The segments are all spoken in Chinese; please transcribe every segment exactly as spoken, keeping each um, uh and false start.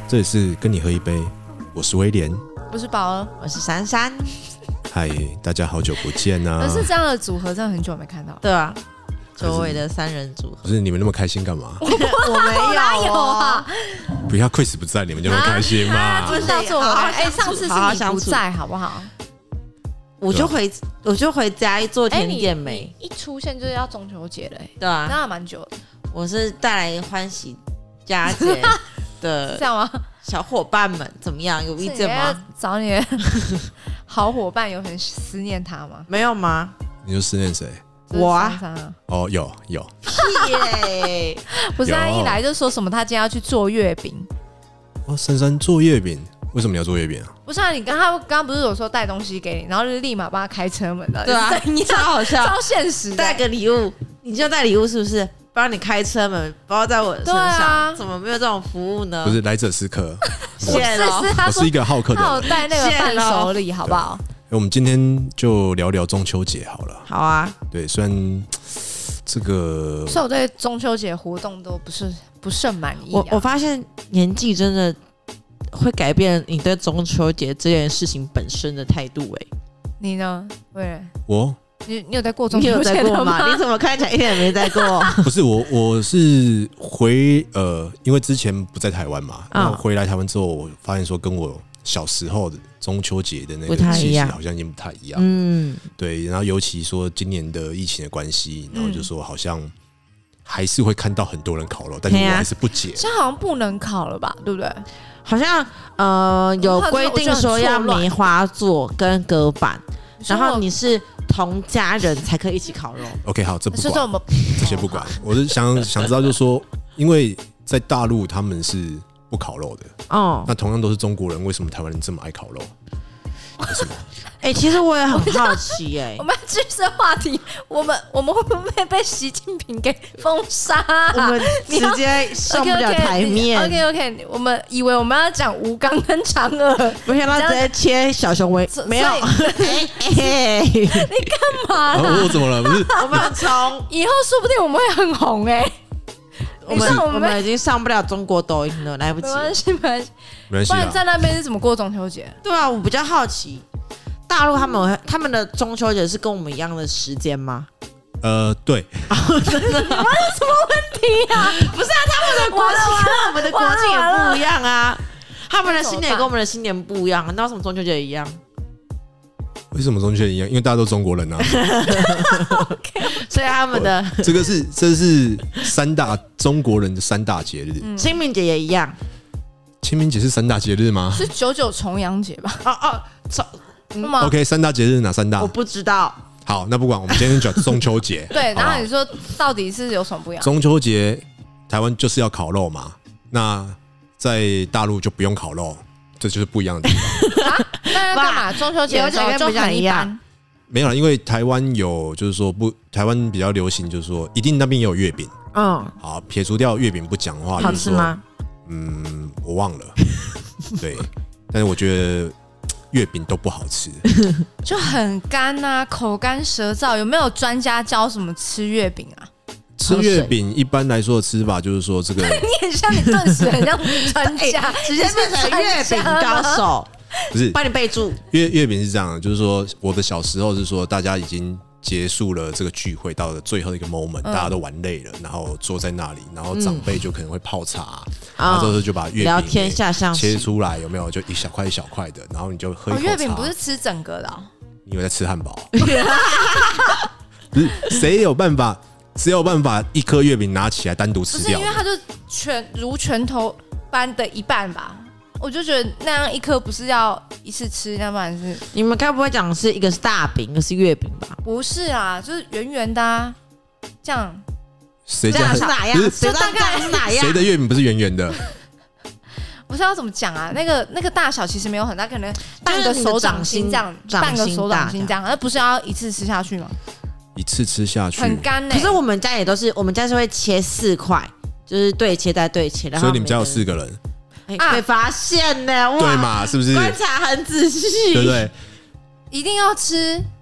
这里是跟你喝一杯，我是威廉， 我是宝儿， 我是珊珊。 嗨，大家好久不见啊！ 可是这样的组合真的很久没看到。 对啊，久违的三人组合。 不是你们那么开心干嘛？ 我没有、 哪有啊？ 不要 Chris 不在，你们就那么开心嘛？ 啊、听到组合，哎，上次是你不在，好不好？ 我就回，我就回家一做甜点没、 欸，一出现就是要中秋节了、欸， 对啊， 那还蛮久的。 我是带来欢喜佳节的， 这样吗？ 小伙伴们怎么样？有意见吗？ 找你的好伙伴有很思念他吗？ 没有吗？ 你就思念谁？ 我啊。 哦，有有。 耶！ 不是他一来就说什么他今天要去做月饼。 哦，珊珊做月饼。为什么你要做月饼啊？ 不是啊，你刚他刚刚不是有说带东西给你，然后就立马帮他开车门的， 对啊，超好笑， 超现实的。 带个礼物，你就带礼物是不是？帮你开车门，包在我身上，啊、怎么没有这种服务呢？ 不是来者是客， 谢喽。 我是一个好客的人， 他有带那个伴手礼，好不好？ 我们今天就聊聊中秋节好了。 好啊， 对，虽然这个， 所以我对中秋节活动都不是不甚满意、啊。 我我发现年纪真的会改变你对中秋节这件事情本身的态度、欸。哎， 你呢？对， 我你你有在过中秋节吗？你有在过吗？你怎么看起来一点也没在过？ 不是我，我是回呃，因为之前不在台湾嘛，然后回来台湾之后，我发现说跟我小时候的中秋节的那个气息好像已经不太一样。嗯，对，然后尤其说今年的疫情的关系，然后就说好像还是会看到很多人烤肉，但是我还是不解。 现在好像不能烤了吧？对不对？ 好像呃有规定说要梅花座跟隔板，然后你是同家人才可以一起烤肉。 OK， 好，这不管，这些不管。我是想想知道，就是说，因为在大陆他们是不烤肉的，哦，那同样都是中国人，为什么台湾人这么爱烤肉？为什么？ 哎、欸，其实我也很好奇、欸，哎， 我们继续这话题，我们我们会不会被习近平给封杀、啊？ 我们直接上不了台面。 OK OK，, okay 我们以为我们要讲吴刚跟嫦娥， 没想到直接切小熊维，没有。 欸欸、你干嘛啦、 哦？我怎么了？不是， 我们从以后说不定我们会很红哎、欸。 我们我们已经上不了中国抖音了，来不及。 没关系，没关系。 没关系。 不然在那边是怎么过中秋节？ 对啊，我比较好奇，大陆他们他们的中秋节是跟我们一样的时间吗？ 呃，对。 哦、真的？你们有什么问题啊？ 不是啊，他们的国庆跟我们的国庆也不一样啊。他们的新年跟我们的新年不一样，那为什么中秋节一样？ 为什么中秋节一样？因为大家都中国人啊。 okay. 所以他们的这个是这是三大中国人的三大节日， 嗯、清明节也一样。 清明节是三大节日吗？ 是九九重阳节吧？ 哦哦， 嗯、 OK， 三大节日哪三大？ 我不知道。 好，那不管，我们今天讲中秋节。 对，然后你说到底是有什么不一样？ 中秋节台湾就是要烤肉嘛，那在大陆就不用烤肉。这就是不一样的地方。 啊、那要干嘛？中秋节的时候就很一般。 没有啦，因为台湾有就是说不，台湾比较流行，就是说一定那边也有月饼。嗯，好，撇除掉月饼不讲的话， 好吃吗？ 嗯，我忘了。对，但是我觉得月饼都不好吃， 就很干啊，口干舌燥。有没有专家教什么吃月饼啊？ 吃月饼一般来说的吃法就是说这个， 你很像你顿时很像专家， 直接变成月饼高手。 不是， 帮你备注。 月月饼是这样，就是说我的小时候是说大家已经结束了这个聚会，到了最后一个 moment，、嗯、大家都玩累了，然后坐在那里，然后长辈就可能会泡茶，嗯、然后这时候就把月聊天下象棋切出来，有没有？就一小块一小块的，然后你就喝一口茶。 哦、月饼不是吃整个的、哦， 你以为在吃汉堡？不是，谁有办法？谁有办法一颗月饼拿起来单独吃掉？ 不是，因为它就拳如拳头般的一半吧。我就觉得那样一颗不是要一次吃，要不然是你们该不会讲是一个是大饼，一个是月饼吧？ 不是啊，就是圆圆的啊，这样。 谁家是哪样？谁大概是哪样？ 谁的月饼不是圆圆的？ 不是要怎么讲啊？那个那个大小其实没有很大，可能半个手掌心这样，半个手掌心这样，那不是要一次吃下去吗？ 一次吃下去很干、欸、 可是我们家也都是，我们家是会切四块，就是对切再对切，然后所以你们家有四个人。 欸啊、被发现呢，哇， 对嘛？是不是观察很仔细， 对不对？ 一定要吃，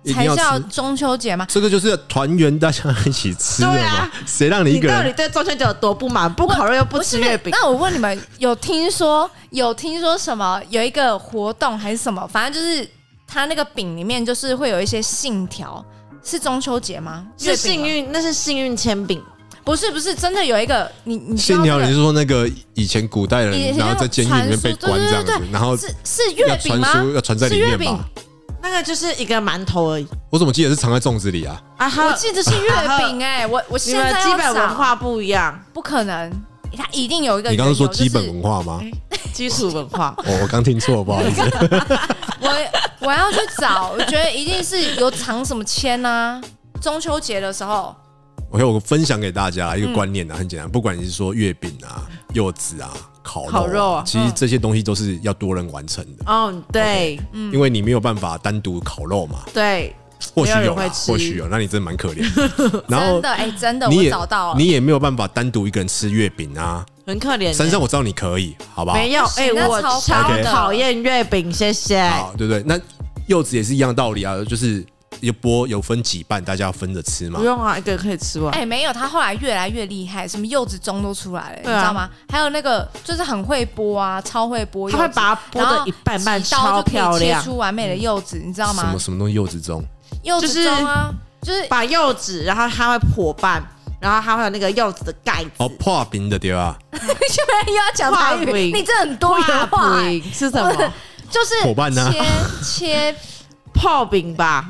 才叫中秋节吗？ 这个就是团圆，大家一起吃的嘛。谁、啊、让你一个人？ 你到底对中秋节有多不满？不烤肉又不吃月饼？ 那我问你们，有听说有听说什么？有一个活动还是什么？反正就是它那个饼里面就是会有一些信条，是中秋节吗？ 是幸运，那是幸运铅饼。 不是不是，真的有一个你你信条，你是说那个以前古代人，然后在监狱里面被关这样子，然后是是月饼吗？ 要传在里面吧？ 那个就是一个馒头而已。 我怎么记得是藏在粽子里啊？ 啊，我记得是月饼哎、欸，我我现在要基本文化不一样， 不可能，它一定有一个。 你刚刚说基本文化吗？ 就是、基础文化。 哦，我刚听错，不好意思。 我我要去找，我觉得一定是有藏什么签啊。中秋节的时候。 我有分享给大家一个观念啊，很简单，不管你是说月饼啊、柚子啊、烤肉、啊，烤肉啊，其实这些东西都是要多人完成的。 哦，对， okay, 嗯，因为你没有办法单独烤肉嘛。 对， 或许有啦，或许有，那你真的蛮可怜的。然后真的，哎、欸，真的，我找到了， 你也没有办法单独一个人吃月饼啊， 很可怜。 珊珊，我知道你可以，好不好？ 没有，哎、欸，我超讨厌月饼，谢谢。 好，对不对？那柚子也是一样道理啊，就是。有剥有分几瓣，大家要分着吃嘛？ 不用啊，一个人可以吃完。 哎、欸，没有，他后来越来越厉害，什么柚子盅都出来了，啊、你知道吗？还有那个就是很会剥啊，超会剥柚子， 他会把它剥的一半半，超漂亮， 切出完美的柚子，你知道吗？ 什么什么东西柚子盅？ 柚子盅啊，就是、就是、 把柚子，然后它会破半，然后它会有那个柚子的盖子。 哦，破冰的对吧？ 现在又要讲台语，你这很多元化、欸， 是什么？ 就是破半呢？ 切切泡饼吧。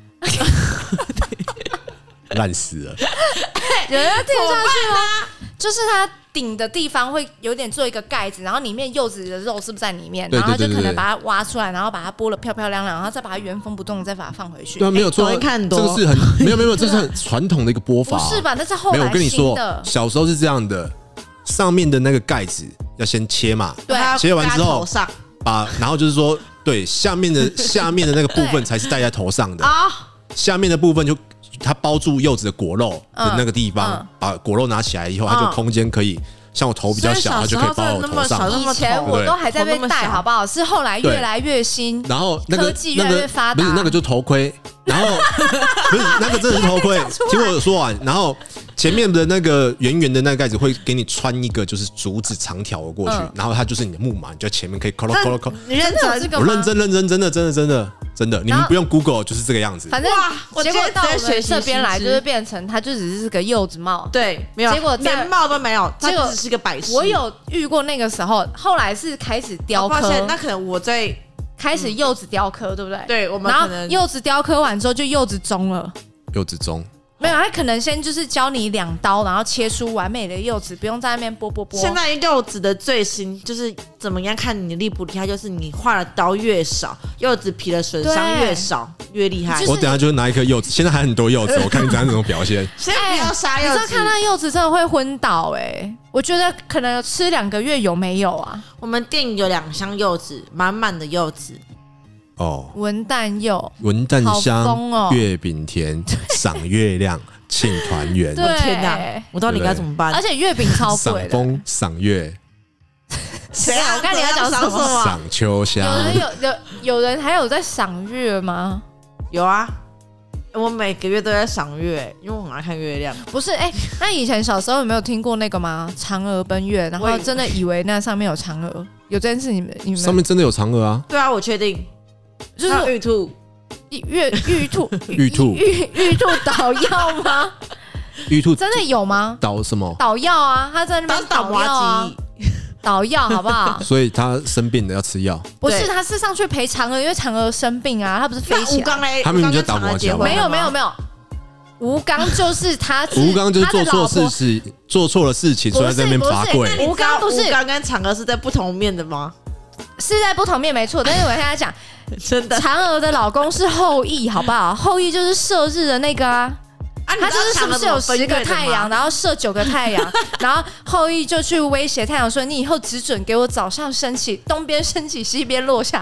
烂死了！ 有人要听下去吗？就是它顶的地方会有点做一个盖子，然后里面柚子的肉是不是在里面？ 对对对对对， 然后就可能把它挖出来，然后把它剥得漂漂亮亮，然后再把它原封不动再把它放回去。 对啊，没有错， 欸、看多这个是很没有没有，这是很传统的一个剥法、啊。 不是吧？那是后来没有，我跟你说的， 小时候是这样的，上面的那个盖子要先切嘛， 对， 切完之后把，然后就是说，对，下面的下面的那个部分才是戴在头上的啊。下面的部分就它包住柚子的果肉的那个地方，嗯嗯、把果肉拿起来以后，它就空间可以，像我头比较小，它就可以包我头上。 以前我都还在被戴，好不好？是后来越来越新， 然后那个科技越来越发达， 不是那个就是头盔，然后不是那个真的是头盔。听我说完，然后前面的那个圆圆的那个盖子会给你穿一个就是竹子长条的过去，嗯、然后它就是你的木马，你就前面可以扣了扣了扣。 你认真这个吗？我认真认真真的真的真的。真的，你们不用 Google， 就是这个样子。 反正结果到我们这边来，就是变成它就只是个柚子帽。 对，没有， 结果连帽都没有，它只是个摆饰。 我有遇过那个时候，后来是开始雕刻。 哦、那可能我在开始柚子雕刻，对不对？ 对，我们然后柚子雕刻完之后就柚子盅了。 柚子盅。 没有，他可能先就是教你两刀，然后切出完美的柚子，不用在那边剥剥剥。 现在柚子的最新就是怎么样看你厉不厉害，就是你画的刀越少，柚子皮的损伤越少，越厉害。 我等一下就拿一颗柚子，现在还很多柚子，我看你怎样怎么表现。 先不要杀柚子， 你知道看到柚子真的会昏倒哎、欸！我觉得可能吃两个月有没有啊？ 我们店有两箱柚子，满满的柚子。 哦， 文旦柚， 文旦香， 哦、 月饼甜，赏月亮，庆团圆。 对， 天哪，我到底该怎么办？ 而且月饼超贵的。 赏风赏月。 谁啊？我看你要讲什么？ 赏秋香。 有人有有有人还有在赏月吗？ 有啊，我每个月都在赏月，因为我很爱看月亮。 不是，哎、欸，那以前小时候有没有听过那个吗？嫦娥奔月，然后真的以为那上面有嫦娥，有这件事你们你们上面真的有嫦娥啊？ 对啊，我确定。 就是玉兔， 玉玉兔， 玉兔， 玉玉兔捣药吗？ 玉兔真的有吗？ 捣什么？ 捣药啊，他在那边捣药啊，捣药好不好？ 所以他生病了要吃药。 不是，他是上去陪嫦娥，因为嫦娥生病啊，他不是飞起来。 他明明就打麻将。 没有没有没有，吴刚就是他， 吴刚就是做错事情，做错了事情，所以在那边罚跪。 吴刚不是吴刚跟嫦娥是在不同面的吗？ 是在不同面没错，但是我跟他讲， 真的， 嫦娥的老公是后羿，好不好？后羿就是射日的那个啊， 啊他就是是不是有十个太阳，然后射九个太阳，然后后羿就去威胁太阳说：“你以后只准给我早上升起，东边升起，西边落下。”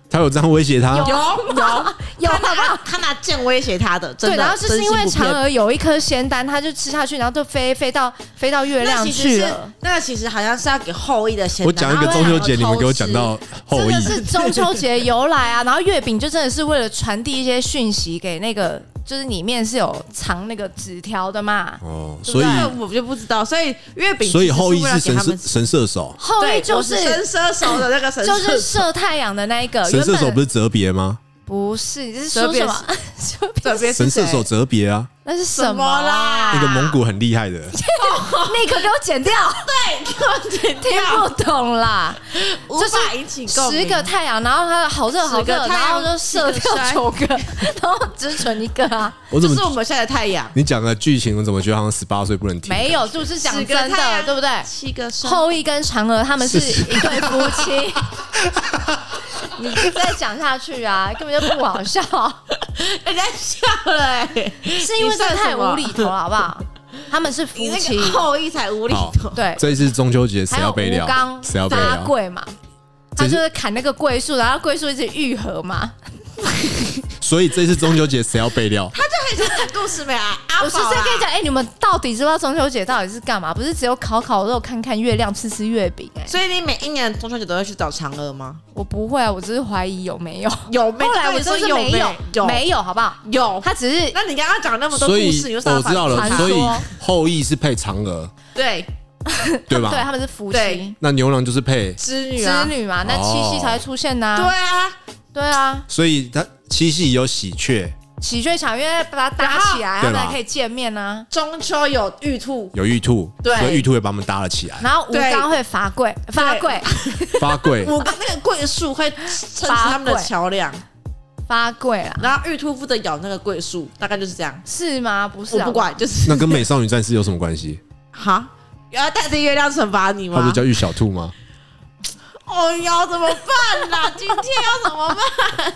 他有这样威胁他？ 有有有， 他拿他拿剑威胁他的，真的。 对，然后就是因为嫦娥有一颗仙丹，他就吃下去，然后就飞飞到飞到月亮去了。 那个其实好像是要给后羿的仙丹。 我讲一个中秋节，你们给我讲到后羿， 真的是中秋节由来啊。然后月饼就真的是为了传递一些讯息给那个。就是里面是有藏那个纸条的嘛， 哦，所以我就不知道，所以月饼， 所以后羿是神射神射手， 后羿就是神射手的那个神射手， 就是射太阳的那一个。 神射手不是折别吗？ 不是，你是说什么？ 神射手折别啊？ 那是什么啦？ 那个蒙古很厉害的， 立刻给我剪掉。 对，给我剪掉， 听不懂啦。 就是十个太阳，然后它好热好热，然后就射掉九个，然后只存一个啊。 我怎么？ 这是我们现在的太阳。 你讲的剧情，我怎么觉得好像十八岁不能听？ 没有，就是讲真的，对不对？ 七个后羿跟嫦娥他们是一对夫妻。你再讲下去啊，根本就不好笑。 人家笑了哎、欸， 是因为这太无厘头了，好不好？他们是夫妻， 后羿才无厘头。 对， 这一次中秋节谁要备料？谁要备料？ 发桂嘛，他就是砍那个桂树，然后桂树一直愈合嘛。 所以这次中秋节谁要备料？ 他就很想讲故事没啊？ 我是在跟你讲，哎、欸，你们到底知不知道中秋节到底是干嘛？不是只有烤烤肉、看看月亮、吃吃月饼、欸？哎， 所以你每一年中秋节都会去找嫦娥吗？ 我不会啊，我只是怀疑有没有。 有没有？ 后来我说是没有，有没有？好不好？ 有， 他只是…… 那你刚刚讲那么多故事，你就我知道了。所以后羿是配嫦娥， 对对吧？ 对，他们是夫妻。 那牛郎就是配织女啊， 织女嘛，那七夕才会出现呐、啊。 对啊， 对啊。 所以他七夕有喜鹊。 喜鹊桥，因为把它搭起来，他们才可以见面呢、啊。 中秋有玉兔， 有玉兔， 对， 所以玉兔会把他们搭了起来。 然后吴刚会发桂，发桂， 发桂。 吴刚那个桂树会撑起他们的桥梁， 发桂啦。 然后玉兔负责咬那个桂树，大概就是这样。 是吗？不是、啊， 我不管，就是那跟美少女战士有什么关系？ 哈，要带着月亮惩罚你吗？ 他不是叫玉小兔吗？ 哦，要怎么办啦？今天要怎么办？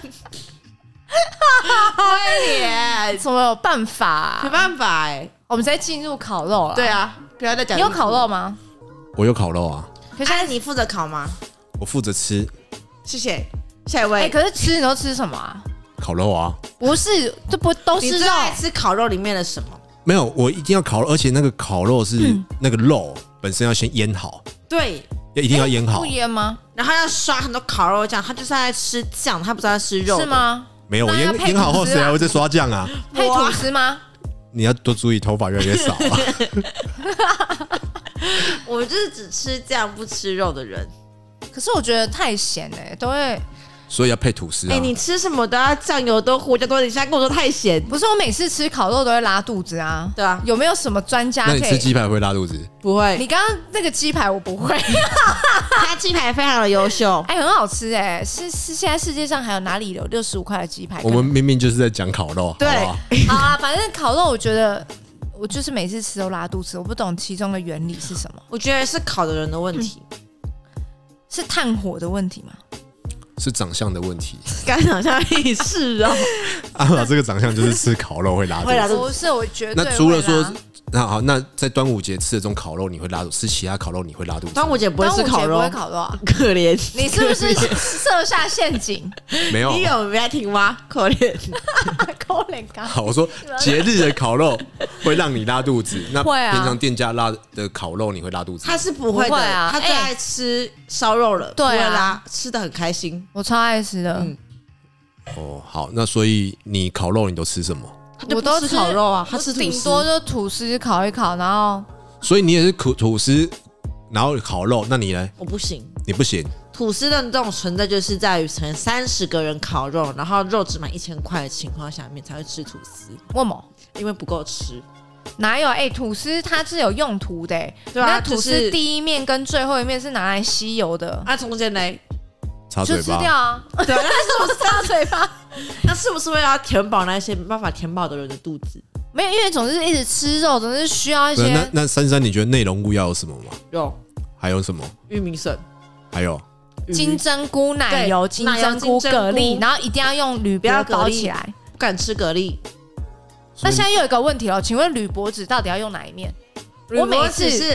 威廉， 怎么有办法、啊？ 没办法哎、欸， 我们直接进入烤肉了。 对啊，不要再讲。 你有烤肉吗？ 我有烤肉啊。 可是现在你负责烤吗？ 我负责吃。 谢谢，下一位。 哎、欸，可是吃你都吃什么啊？ 烤肉啊。 不是，这不都是肉？ 你最爱吃烤肉里面的什么？ 没有，我一定要烤肉，而且那个烤肉是、嗯、那个肉本身要先腌好。 对。 一定要腌好。 不腌吗？ 然后要刷很多烤肉酱，他就是在吃酱，他不是在吃肉。 是吗？ 没有，我腌腌好后谁还会再刷酱啊？ 配吐司吗？ 你要多注意，头发越来越少啊。 我就是只吃酱不吃肉的人。 可是我觉得太咸了、欸，都会。 所以要配吐司啊！ 哎、欸，你吃什么都要酱油都胡椒多，你现在跟我说太咸。 不是，我每次吃烤肉都会拉肚子啊。 对啊， 有没有什么专家可以？ 那你吃鸡排会拉肚子？ 不会。 你刚刚那个鸡排我不会， 他鸡排非常的优秀， 哎、欸，很好吃哎、欸，是是，现在世界上还有哪里有六十五块的鸡排？ 我们明明就是在讲烤肉， 对， 好, 好啊，反正烤肉我觉得。我就是每次吃都拉肚子，我不懂其中的原理是什么。 我觉得是烤的人的问题，嗯、 是炭火的问题吗？ 是长相的问题， 干长相也是哦。 阿玛这个长相就是吃烤肉会拉肚子， 不是我绝对。 那除了说，那好，那在端午节吃的这种烤肉你会拉肚子，吃其他烤肉你会拉肚子？ 端午节不会吃烤肉， 不会烤肉啊， 可怜。 你是不是设下陷阱？ 没有， 你有没在听吗？可怜， 可怜刚。 好，我说节日的烤肉会让你拉肚子，那会啊。 平常店家拉的烤肉你会拉肚子？ 他是不会的， 啊、 他最爱吃烧肉了， 对啊， 拉吃的很开心， 我超爱吃的。嗯， 哦，好，那所以你烤肉你都吃什么？ 我都吃烤肉啊，他吃顶多就吐司烤一烤，然后。 所以你也是吐吐司，然后烤肉，那你呢？ 我不行， 你不行。 吐司的这种存在就是在于成三十个人烤肉，然后肉只买一千块的情况下面才会吃吐司。 为什么？ 因为不够吃。 哪有？哎、欸，吐司它是有用途的、欸， 对啊。 那吐司第一面跟最后一面是拿来吸油的， 那、啊、中间呢？ 擦嘴巴， 就吃掉啊！ 对，那是不是擦嘴巴？ 那是不是为了要填饱那些没办法填饱的人的肚子？ 没有，因为总是一直吃肉，总是需要一些。 那那珊珊，你觉得内容物要有什么吗？ 肉， 还有什么？ 玉米笋， 还有金针菇奶油、金针菇蛤蜊，然后一定要用铝箔包起来。 不敢吃蛤蜊。 那现在又有一个问题了，请问铝箔纸到底要用哪一面？ 我每次是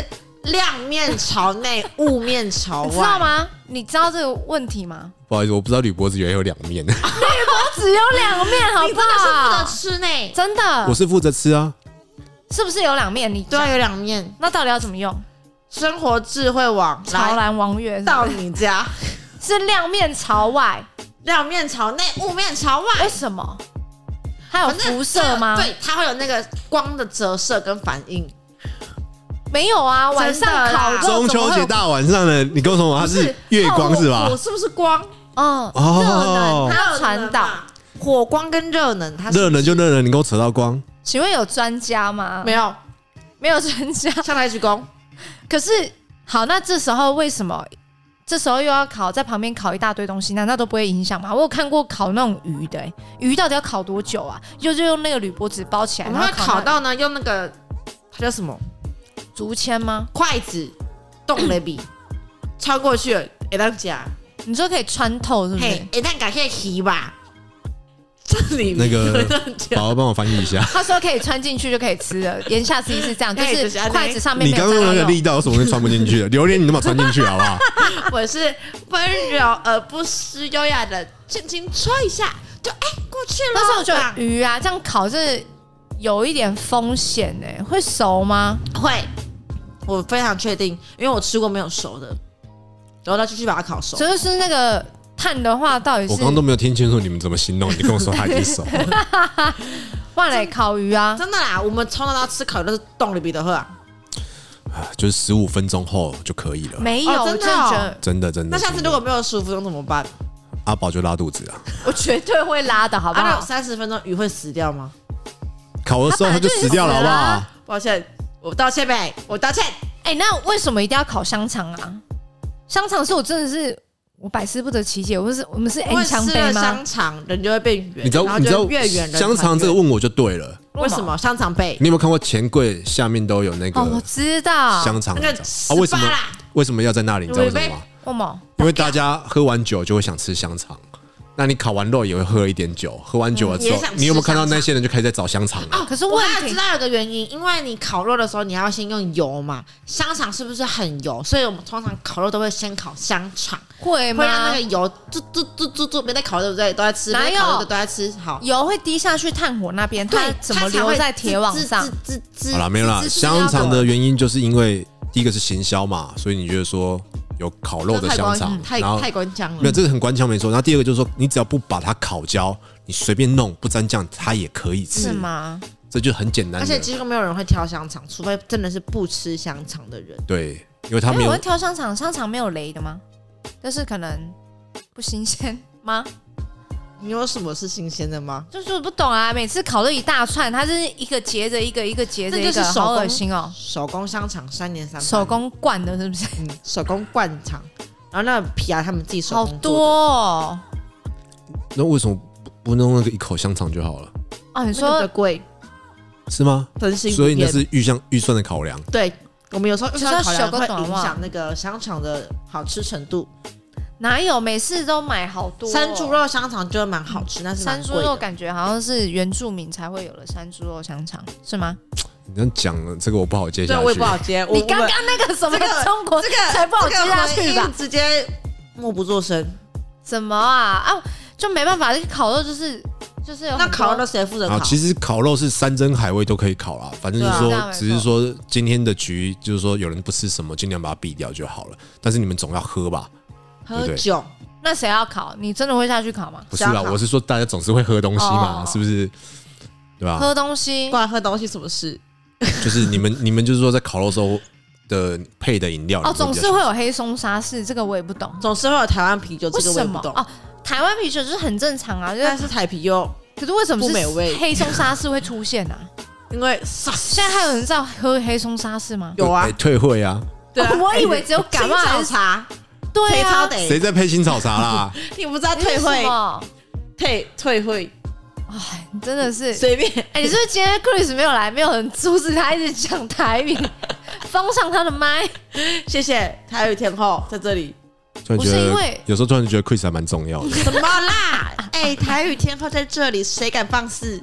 亮面朝内，雾面朝外， 你知道吗？你知道这个问题吗？ 不好意思，我不知道铝箔纸原来有两面。铝箔纸有两面，好不好？你真的是负责吃呢？ 真的， 我是负责吃啊。 是不是有两面？你对啊，有两面。 那到底要怎么用？ 生活智慧网潮蓝王月到你家是亮面朝外， 亮面朝内，雾面朝外。 为什么？它有辐射吗？ 对，它会有那个光的折射跟反应。 没有啊，晚上烤肉中秋节大晚上的，你跟我说它是月光是吧？ 我是不是光？ 哦，热能它要传导火光跟热能，它热能就热能，你给我扯到光。 请问有专家吗？ 没有， 没有专家。 上来鞠躬。 可是好，那这时候为什么？这时候又要烤，在旁边烤一大堆东西，难道都不会影响吗？我有看过烤那种鱼的、欸，鱼到底要烤多久啊？就就用那个铝箔纸包起来， 我们会烤到呢，用那个它叫什么？ 竹签吗？ 筷子动了笔超过去了，会当夹。 你说可以穿透是不是？ 嘿，会当夹可以吸吧？这里那个宝宝帮我翻译一下。 他说可以穿进去就可以吃了，言下之意是这样，就是筷子上面没有。 你刚刚那个力道有什么会穿不进去的？榴莲你都把它穿进去好不好？ 我是温柔而不失优雅的，轻轻戳一下就哎过去了。 但是我觉得鱼啊这样烤是有一点风险哎、欸，会熟吗？ 会，我非常确定，因为我吃过没有熟的，然后再继续把它烤熟。 所以是那个。碳的话到底是我刚刚都没有听清楚你们怎么形容，你跟我说它已经熟了。 换来烤鱼啊， 真的啦，我们从小到吃烤鱼都是冻里比的喝啊， 就是十五分钟后就可以了。 没有， 哦、真的、哦， 真的真的。 那下次如果没有十五分钟怎么办？ 阿宝就拉肚子啊！ 我绝对会拉的，好不好？ 三十分钟鱼会死掉吗？ 烤的时候它就死掉了，好不好？ 抱歉，我道歉呗，我道歉。 哎、欸，那为什么一定要烤香肠啊？香肠是我真的是。我百思不得其解，我是我们是 N 香杯吗？ 香肠人就会变圆， 你知道你知道越圆香肠这个问我就对了。 为什么香肠杯？ 你有没有看过钱柜下面都有那个？ 哦，我知道香肠那个啊，为什么为什么要在那里？你知道为什么吗？ 为什么？ 因为大家喝完酒就会想吃香肠。那你烤完肉也会喝一点酒，喝完酒了之后，嗯、你有没有看到那些人就开始在找香肠了？ 哦，可是我还知道有个原因，因为你烤肉的时候你要先用油嘛，香肠是不是很油？所以我们通常烤肉都会先烤香肠， 会吗？ 会让那个油嘟嘟嘟嘟嘟，没在烤对不对？都在吃，没在烤的都在吃。好， 油会滴下去炭火那边，它怎么留在铁网上？ 好了，没有啦。香肠的原因就是因为第一个是行销嘛，所以你觉得说。有烤肉的香肠， 太太官腔了。 没有，这个很官腔没错。然后第二个就是说，你只要不把它烤焦，你随便弄不沾酱，它也可以吃。 是吗？ 这就很简单的。 而且几乎没有人会挑香肠，除非真的是不吃香肠的人。 对，因为他没有。 我会挑香肠，香肠没有雷的吗？但是可能不新鲜吗？ 你有什么是新鲜的吗？ 就是我不懂啊，每次烤了一大串，它是一个结着一个，一个结着一个，好恶心哦！ 手工香肠三年三手工灌的，是不是？ 嗯，手工灌肠，然后那个皮啊，他们自己手工做的。 好多哦！ 那为什么不弄那个一口香肠就好了？ 哦，你说贵是吗？所以那是预算预算的考量。 对，我们有时候预算考量会影响那个香肠的好吃程度。 哪有每次都买好多、哦、 山猪肉香肠就蛮好吃，但是山猪肉感觉好像是原住民才会有的山猪肉香肠，是吗？ 你这样讲这个我不好接下去， 对，我也不好接。 你刚刚那个什么、这个、中国这个才不好接下去吧？ 直接默不作声。 怎么啊啊？就没办法，这个烤肉就是就是有那烤肉谁负责烤？ 其实烤肉是山珍海味都可以烤啦，反正就是说，啊、只是说今天的局就是说有人不吃什么，尽量把它避掉就好了。但是你们总要喝吧？ 喝酒。 那谁要烤？你真的会下去烤吗？ 不是啦，我是说大家总是会喝东西嘛，哦、是不是？对吧？ 喝东西， 不然喝东西什么事？ 就是你们你们就是说在烤肉时候的配的饮料哦，总是会有黑松沙士，这个我也不懂。 总是会有台湾啤酒，这个我也不懂。 哦，台湾啤酒就是很正常啊， 但是台啤又可是为什么不美味？ 黑松沙士会出现啊？ 因为现在还有人在喝黑松沙士吗？ 有啊， 欸、退会啊。 对啊，我以为只有感冒还是茶。 对啊， 谁在配青草茶啦？ 你不知道退会？退退会？ 哎，真的是随便。 哎，你是不是今天 Chris 没有来，没有人阻止他一直讲台语，封上他的麦？ 谢谢台语天后在这里。 不是因为有时候突然觉得 Chris 还蛮重要的。 什么啦？哎，台语天后在这里，谁敢放肆？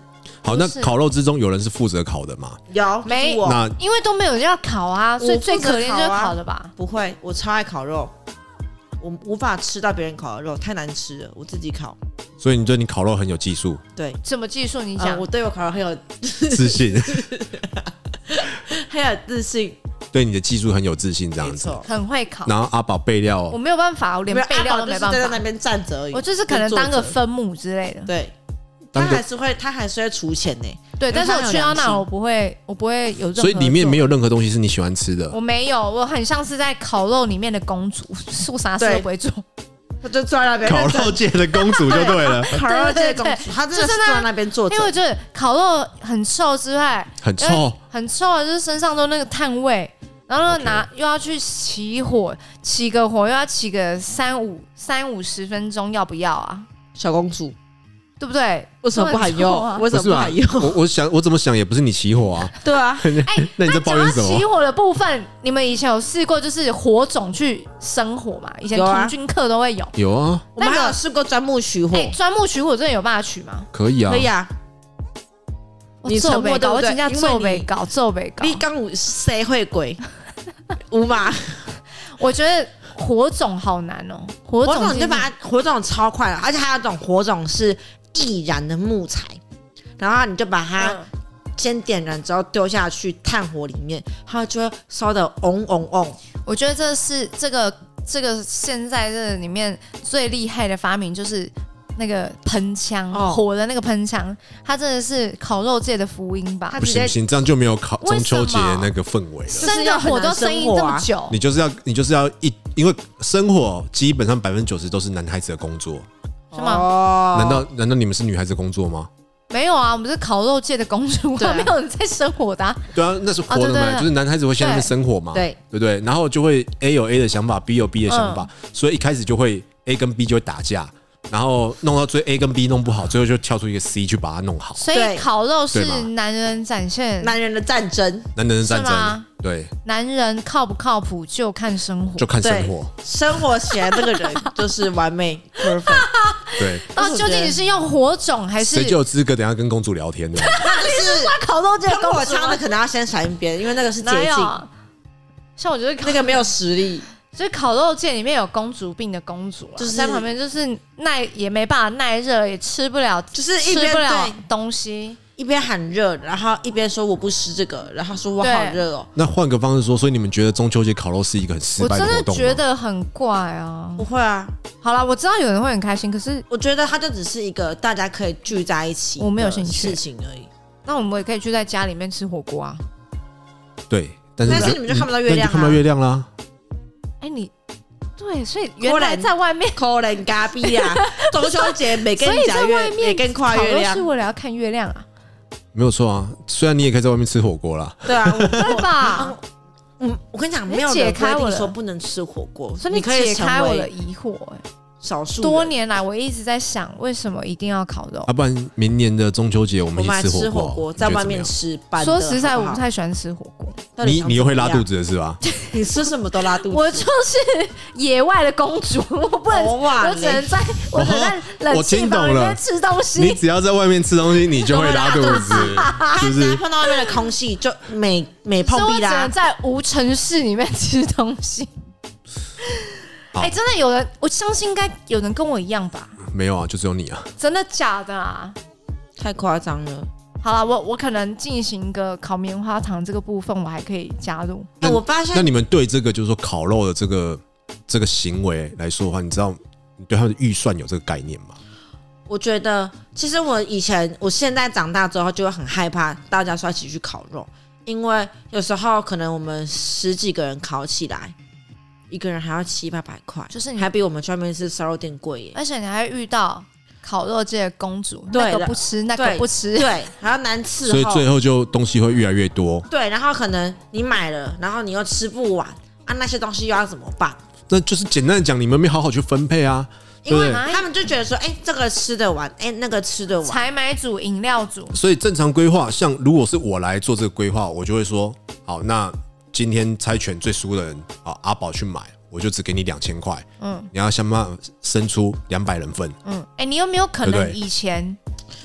好，那烤肉之中有人是负责烤的吗？ 有， 没我那因为都没有人要烤啊，所以最可怜就是烤的吧？ 不会，我超爱烤肉，我无法吃到别人烤的肉，太难吃了，我自己烤。 所以你对你烤肉很有技术？ 对， 什么技术？你讲、 呃，我对我烤肉很有自信， 很有自信， 对你的技术很有自信，这样子， 很会烤。 然后阿宝备料， 我没有办法，我连备料都没办法， 在那边站着而已。 我就是可能当个分母之类的。 对，他还是会，他还是会出钱呢。 对，但是我去到那，我不会，我不会有任何。 所以里面没有任何东西是你喜欢吃的。 我没有，我很像是在烤肉里面的公主，我啥事都不会做。 他就坐在那边， 烤肉界的公主就对了。 烤肉界的公主，他真的是坐在那边坐着。 因为就是烤肉很臭之外， 很臭， 很臭，就是身上都那个炭味。然后拿、okay. 又要去起火，起个火又要起个三五三五十分钟，要不要啊？ 小公主， 对不对？ 为什么不喊用、啊？为什么不喊用？ 我我想我怎么想也不是你起火啊。 对啊， 哎， 那你在抱怨什么？ 起火的部分，你们以前有试过就是火种去生火嘛？以前童军课都会有。 有啊， 我们还有试过钻木取火。 哎，钻木取火真的有办法取吗？ 可以啊， 可以啊。 你做没搞，我今天做没搞，做没搞。 你刚有谁会鬼？无嘛？ 我觉得火种好难哦，火种你就把它火种超快了，而且还有一种火种是易燃的木材，然后你就把它先点燃之后丢下去炭火里面，它就会烧得嗡嗡嗡。 我觉得这是这个这个现在这里面最厉害的发明就是。那个喷枪、哦，火的那个喷枪，它真的是烤肉界的福音吧？ 不行不行，这样就没有烤中秋节那个氛围了。 生的火都生这么久， 你就是要你就是要一，因为生火基本上百分之九十都是男孩子的工作， 是吗？ 难道难道你们是女孩子工作吗？ 没有啊，我们是烤肉界的公主，啊、没有人在生火的、啊。 对啊，那是活的嘛、哦，對對對，就是男孩子会先在那边生火嘛， 对对不对？然后就会 A 有 A 的想法 ，B 有 B 的想法、嗯，所以一开始就会 A 跟 B 就会打架。然后弄到最 A 跟 B 弄不好，最后就跳出一个 C 去把它弄好。 所以烤肉是男人展现男人的战争， 男人的战争，对， 男人靠不靠谱就看生活， 就看生活， 生活起来这个人就是完美 perfect。 对， 那究竟你是用火种还是？ 谁就有资格等一下跟公主聊天的？ 那就是烤肉界的公主， 火枪的可能要先闪一边，因为那个是捷径。 像我觉得那个没有实力。 就是烤肉界里面有公主病的公主、啊，就是在旁边，就是耐也没办法耐热，也吃不了， 就是一边吃不了东西， 一边喊热，然后一边说我不吃这个，然后说我好热哦。 那换个方式说，所以你们觉得中秋节烤肉是一个很失败的活动吗？ 我真的觉得很怪啊。 不会啊， 好啦，我知道有人会很开心，可是我觉得它就只是一个大家可以聚在一起， 我没有兴趣事情而已。 那我们也可以聚在家里面吃火锅啊。 对，但是但是你们就看不到月亮、啊， 看不到月亮啦。 哎、欸，你。对，所以原来在外面可能咖逼啊，中秋节每跟你讲月，每跟跨月亮， 是为了要看月亮啊， 没有错啊。虽然你也可以在外面吃火锅啦， 对啊， 对吧？ 嗯，我跟你讲，没有人规定说不能吃火锅， 所以你可以解开我的疑惑、欸。 少数多年来，我一直在想，为什么一定要烤肉？ 啊，不然明年的中秋节我们一起吃火锅， 在外面吃。 说实在，我不太喜欢吃火锅。 你你又会拉肚子的是吧？ 你吃什么都拉肚子。 我就是野外的公主，我不能，我只能在，我只能在冷气房里面吃东西。 你只要在外面吃东西，你就会拉肚子，是不是？ 碰到外面的空气就每每碰壁啦。 我只能在无尘室里面吃东西。哎、欸，真的有人，我相信应该有人跟我一样吧？ 没有啊，就只有你啊！ 真的假的啊？ 太夸张了。 好了，我我可能进行一个烤棉花糖这个部分，我还可以加入。 那我发现， 那你们对这个就是说烤肉的这个这个行为来说的话，你知道你对他的预算有这个概念吗？ 我觉得，其实我以前，我现在长大之后就会很害怕大家说一起去烤肉，因为有时候可能我们十几个人烤起来。一个人还要七八百块， 就是你还比我们去外面吃烧肉店贵耶。 而且你还遇到烤肉界的公主，那个不吃，那个不吃， 对，还要难伺候， 所以最后就东西会越来越多。 对，然后可能你买了，然后你又吃不完啊，那些东西又要怎么办？ 那就是简单的讲，你们没好好去分配啊。 因为他们就觉得说，哎、欸，这个吃得完，哎、欸，那个吃得完。 采买组、饮料组， 所以正常规划，像如果是我来做这个规划，我就会说，好，那。今天猜拳最输的人啊，阿宝去买，我就只给你两千块。嗯，你要想办法生出两百人份。 嗯，哎、欸，你有没有可能以前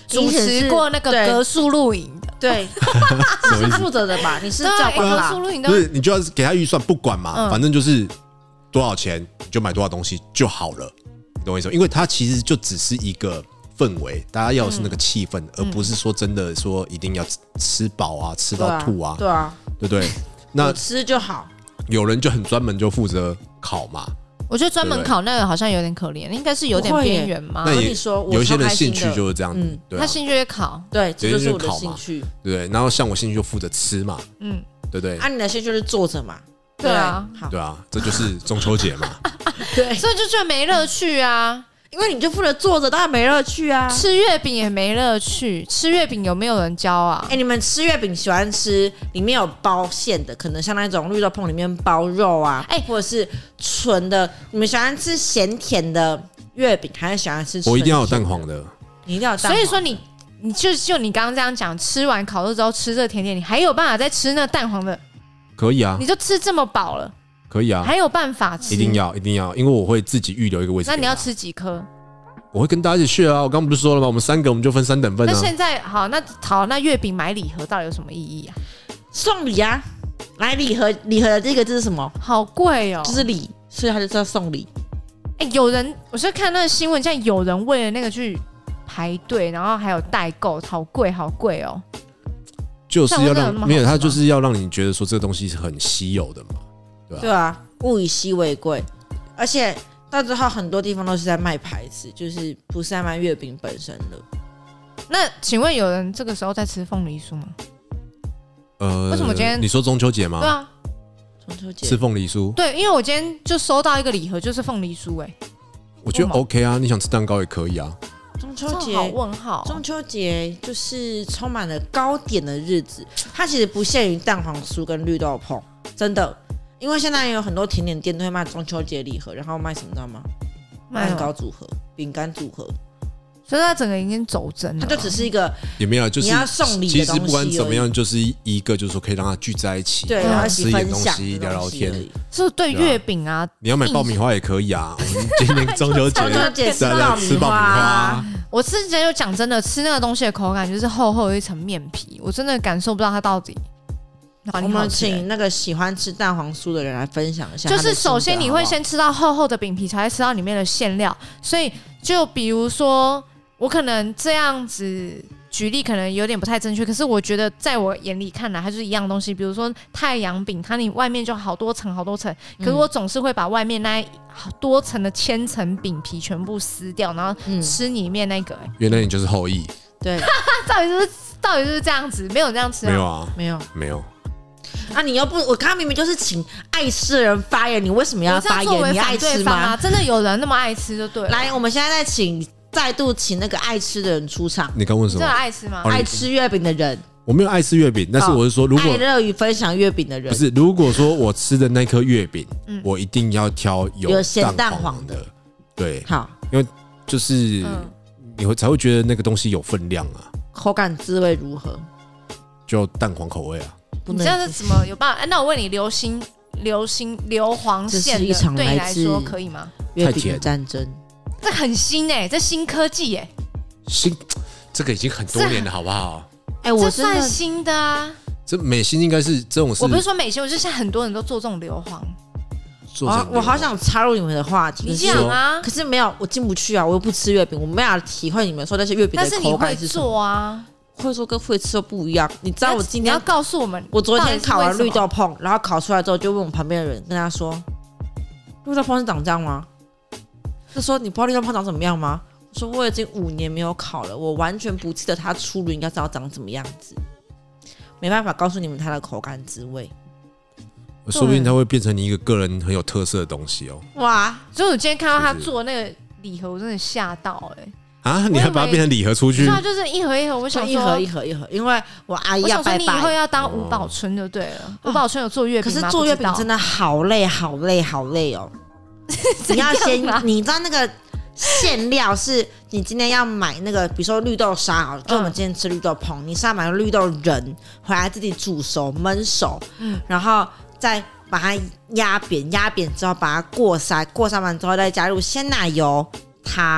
主持过那个格数露营的， 对，你是负责的吧？你是教官啦， 不是你就要给他预算，不管嘛，嗯、反正就是多少钱你就买多少东西就好了，你懂我意思吗？因为它其实就只是一个氛围，大家要的是那个气氛，嗯、而不是说真的说一定要吃饱啊，吃到吐啊， 对啊， 对不对？那吃就好。 有人就很专门就负责烤嘛。 我觉得专门考那个好像有点可怜，应该是有点边缘嘛。 那也有一些人兴趣就是这样子，嗯对啊、 他兴趣会考， 对，这就是我的兴趣， 对不对？然后像我兴趣就负责吃嘛，嗯，对不对？ 啊，你的兴趣就是坐着嘛， 对啊， 对啊，这就是中秋节嘛， 对，所以就觉得没乐趣啊。 因为你就负责坐着，当然没乐趣啊。 吃月饼也没乐趣，吃月饼有没有人教啊？ 哎、欸，你们吃月饼喜欢吃里面有包馅的，可能像那种绿豆椪里面包肉啊，哎、欸，或者是纯的。你们喜欢吃咸甜的月饼，还是喜欢吃？ 我一定要有蛋黄的， 你一定要有蛋黄的。 所以说你，你就就你刚刚这样讲，吃完烤肉之后吃这个甜点，你还有办法再吃那蛋黄的？ 可以啊， 你就吃这么饱了。 可以啊， 还有办法吃， 一定要一定要，因为我会自己预留一个位置。 那你要吃几颗？ 我会跟大家一起 share 啊，我刚刚不是说了吗？我们三个我们就分三等份啊。 那现在好，那好，那月饼买礼盒到底有什么意义啊？ 送礼啊，买礼盒，礼盒的第一个字是什么？ 好贵哦， 就是礼，所以他就叫送礼。 哎、欸，有人，我是看那个新闻，现在有人为了那个去排队，然后还有代购，好贵，好贵哦。 就是要让没有，他就是要让你觉得说这个东西是很稀有的嘛。对啊, 对啊，物以稀为贵，而且到最后很多地方都是在卖牌子，就是不是在卖月饼本身的。 那请问有人这个时候在吃凤梨酥吗？ 呃， 为什么今天你说中秋节吗？ 对啊， 中秋节吃凤梨酥。 对，因为我今天就收到一个礼盒，就是凤梨酥、欸，哎， 我觉得 OK 啊，你想吃蛋糕也可以啊。 中秋节好问号， 中秋节就是充满了糕点的日子，它其实不限于蛋黄酥跟绿豆椪，真的。因为现在有很多甜点店都会卖中秋节礼盒，然后卖什么知道吗？卖蛋糕组合、饼干组合， 所以它整个已经走真了。 它就只是一个也没有，就是你要送礼的东西。 其实不管怎么样，就是一个就是说可以让它聚在一起， 对，然后吃一点东西，聊聊天。 是对月饼啊， 你要买爆米花也可以啊。我们今年中秋节中秋节吃爆米花。 我之前就讲真的，吃那个东西的口感就是厚厚的一层面皮，我真的感受不到它到底。 我们请那个喜欢吃蛋黄酥的人来分享一下。 就是首先你会先吃到厚厚的饼皮，才会吃到里面的馅料。所以就比如说，我可能这样子举例可能有点不太正确，可是我觉得在我眼里看来，它就是一样东西。比如说太阳饼，它你外面就好多层好多层，可是我总是会把外面那多层的千层饼皮全部撕掉，然后吃里面那个、欸。 原来你就是后羿。 对， 到底是到底是这样子？没有这样吃、啊？ 没有啊， 没有， 没有。 啊！你又不，我刚刚明明就是请爱吃的人发言，你为什么要发言？你爱吃吗？ 真的有人那么爱吃就对了。 来，我们现在再请，再度请那个爱吃的人出场。 你刚问什么？ 真的爱吃吗？ 爱吃月饼的人。 我没有爱吃月饼，但是我是说，如果爱乐于分享月饼的人， 不是，如果说我吃的那颗月饼，嗯、我一定要挑有有咸蛋黄的。 对， 好， 因为就是、嗯、你会才会觉得那个东西有分量啊。 口感滋味如何？ 就蛋黄口味啊。 你这样是怎么有办法？那我问你，流心、流心、硫磺馅的，对你来说可以吗？ 月饼的战争， 这很新哎、欸，这新科技哎、欸， 新，这个已经很多年了，好不好？ 哎、欸，我这算新的啊。 这美心应该是这种事， 我不是说美心，我就现在很多人都做这种硫磺。 我我好想插入你们的话题， 你讲啊， 可是没有，我进不去啊，我又不吃月饼，我没法体会你们说那些月饼的口感是什么。但是你会做啊。会说跟会吃都不一样，你知道我今天你要告诉我们， 我昨天烤了绿豆椪，然后烤出来之后就问我旁边的人，跟他说，绿豆椪是长这样吗？就说你不知道绿豆椪长怎么样吗？我说我已经五年没有烤了，我完全不记得它出炉应该知道长怎么样子，没办法告诉你们它的口感滋味。 说不定它会变成你一个个人很有特色的东西哦。 哇！所以我今天看到他做那个礼盒，我真的吓到哎、欸。 啊！你还把它变成礼盒出去？ 对啊，就是一盒一盒。我想说一盒一盒一盒，因为我阿姨要拜拜。 我想说你以后要当吴宝春就对了。吴、哦、宝春有做月饼吗？ 可是做月饼真的好累，好累，好累哦。你要先，你知道那个馅料是你今天要买那个，比如说绿豆沙啊，就我们今天吃绿豆椪，你是要买绿豆仁回来自己煮熟焖熟，嗯，然后再把它压扁，压扁之后把它过筛，过筛完之后再加入鲜奶油、糖。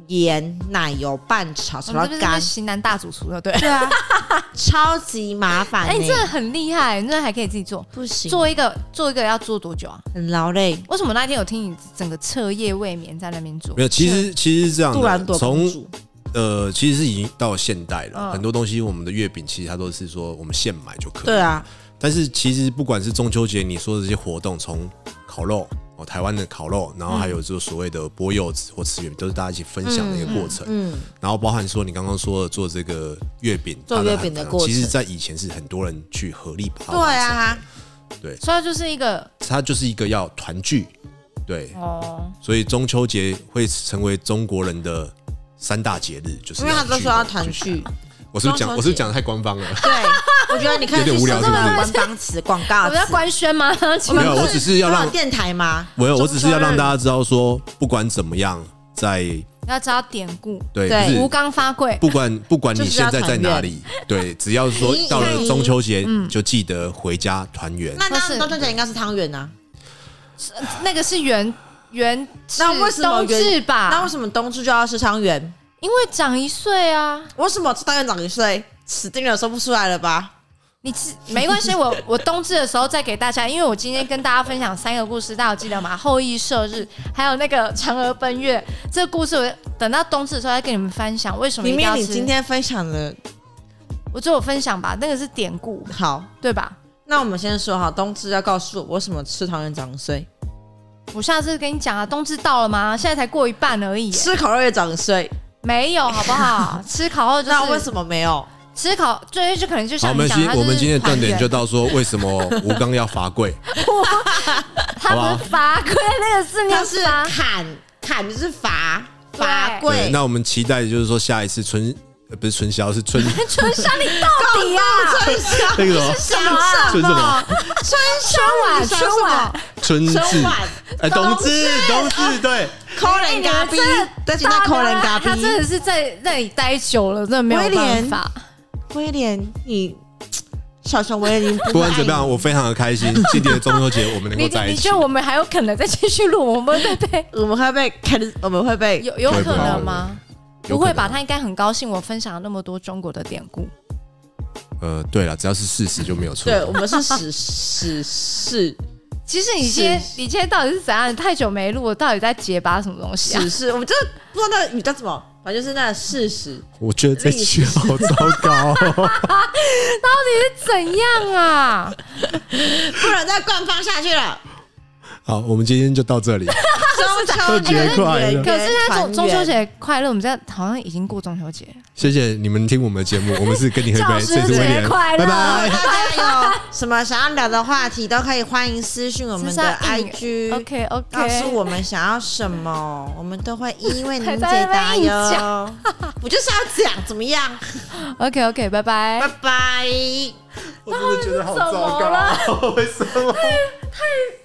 盐、奶油拌炒，炒到干。 型男大主厨的，对对啊，超级麻烦、欸。 哎、欸，你真的很厉害，你真的还可以自己做。 不行， 做一个做一个要做多久啊？ 很劳累。 为什么那天有听你整个彻夜未眠在那边做？ 没有，其实其实是这样的。 杜兰朵公主。 呃，其实是已经到了现代了，嗯、很多东西我们的月饼其实它都是说我们现买就可以。 对啊。 但是其实不管是中秋节你说的这些活动，从烤肉哦，台湾的烤肉，然后还有就所谓的剥柚子或吃月饼，都是大家一起分享的一个过程。嗯。嗯然后包含说你刚刚说的做这个月饼， 做月饼的过程， 其实在以前是很多人去合力把它对啊。 对。 所以它就是一个， 它就是一个要团聚，对。哦。所以中秋节会成为中国人的三大节日，就是因为他都说要团聚。 我是不是讲，我是不是讲的太官方了？ 对，我觉得你看有点无聊，是不是？ 官方词、广告词， 我们要官宣吗？ 没有，我只是要让电台吗？ 没有，我只是要让大家知道说，不管怎么样，在要知道典故， 对， 吴刚发贵， 不管不管你现在在哪里，对，只要说到了中秋节，就记得回家团圆。 那那中秋节应该是汤圆啊， 那个是元元， 那为什么冬至吧？ 那为什么冬至就要吃汤圆？ 因为长一岁啊！ 为什么吃汤圆长一岁？死定了，说不出来了吧？ 你吃没关系，我我冬至的时候再给大家，因为我今天跟大家分享三个故事，大家有记得吗？后羿射日，还有那个嫦娥奔月，这个故事我等到冬至的时候再跟你们分享。为什么一定要吃？ 里面你今天分享的， 我就有分享吧，那个是典故， 好， 对吧？ 那我们先说好，冬至要告诉我为什么吃汤圆长一岁。 我下次跟你讲啊，冬至到了吗？现在才过一半而已。 吃烤肉也长一岁。 没有，好不好？吃烤肉就是那为什么没有？ 吃烤最就可能就像你讲， 我们今天的断点就到说为什么吴刚要罚跪？ 他不是罚跪，那个是他是砍砍就是罚罚跪。 那我们期待就是说下一次春呃不是春宵是春春宵，你到底啊？ 春宵那个什么？ 春什么？ 春晚春晚春至哎冬至冬至对。 扣人咖啡，但是他扣人咖啡， 他真的是在那里待久了，真的没有办法。 威廉，你小熊威廉， 不管怎么样，我非常的开心，今年的中秋节我们能够在一起。 你觉得我们还有可能再继续录？我们会被我们会被开，我们会被有有可能吗？不会吧？他应该很高兴我分享了那么多中国的典故。 呃，对了，只要是事实就没有错。 对，我们是史史事。 其实你今天你今天到底是怎样？你太久没录，我到底在结巴什么东西啊？ 史事，我们就不知道那语叫什么，反正就是那个事实。 我觉得这句好糟糕、哦， 到底是怎样啊？ 不能再官方下去了。 好，我们今天就到这里。 中秋节快乐！ 可是现在中中秋节快乐，我们现在好像已经过中秋节。 谢谢你们听我们的节目，我们是跟你喝一杯，这是威廉， 拜拜。 大家有什么想要聊的话题，都可以欢迎私讯我们的 I G，OK OK， 告诉我们想要什么，我们都会一一为您解答哟。我就是要讲怎么样 ？OK OK， 拜拜， 拜拜。 我真的觉得好糟糕，为什么？ 太太。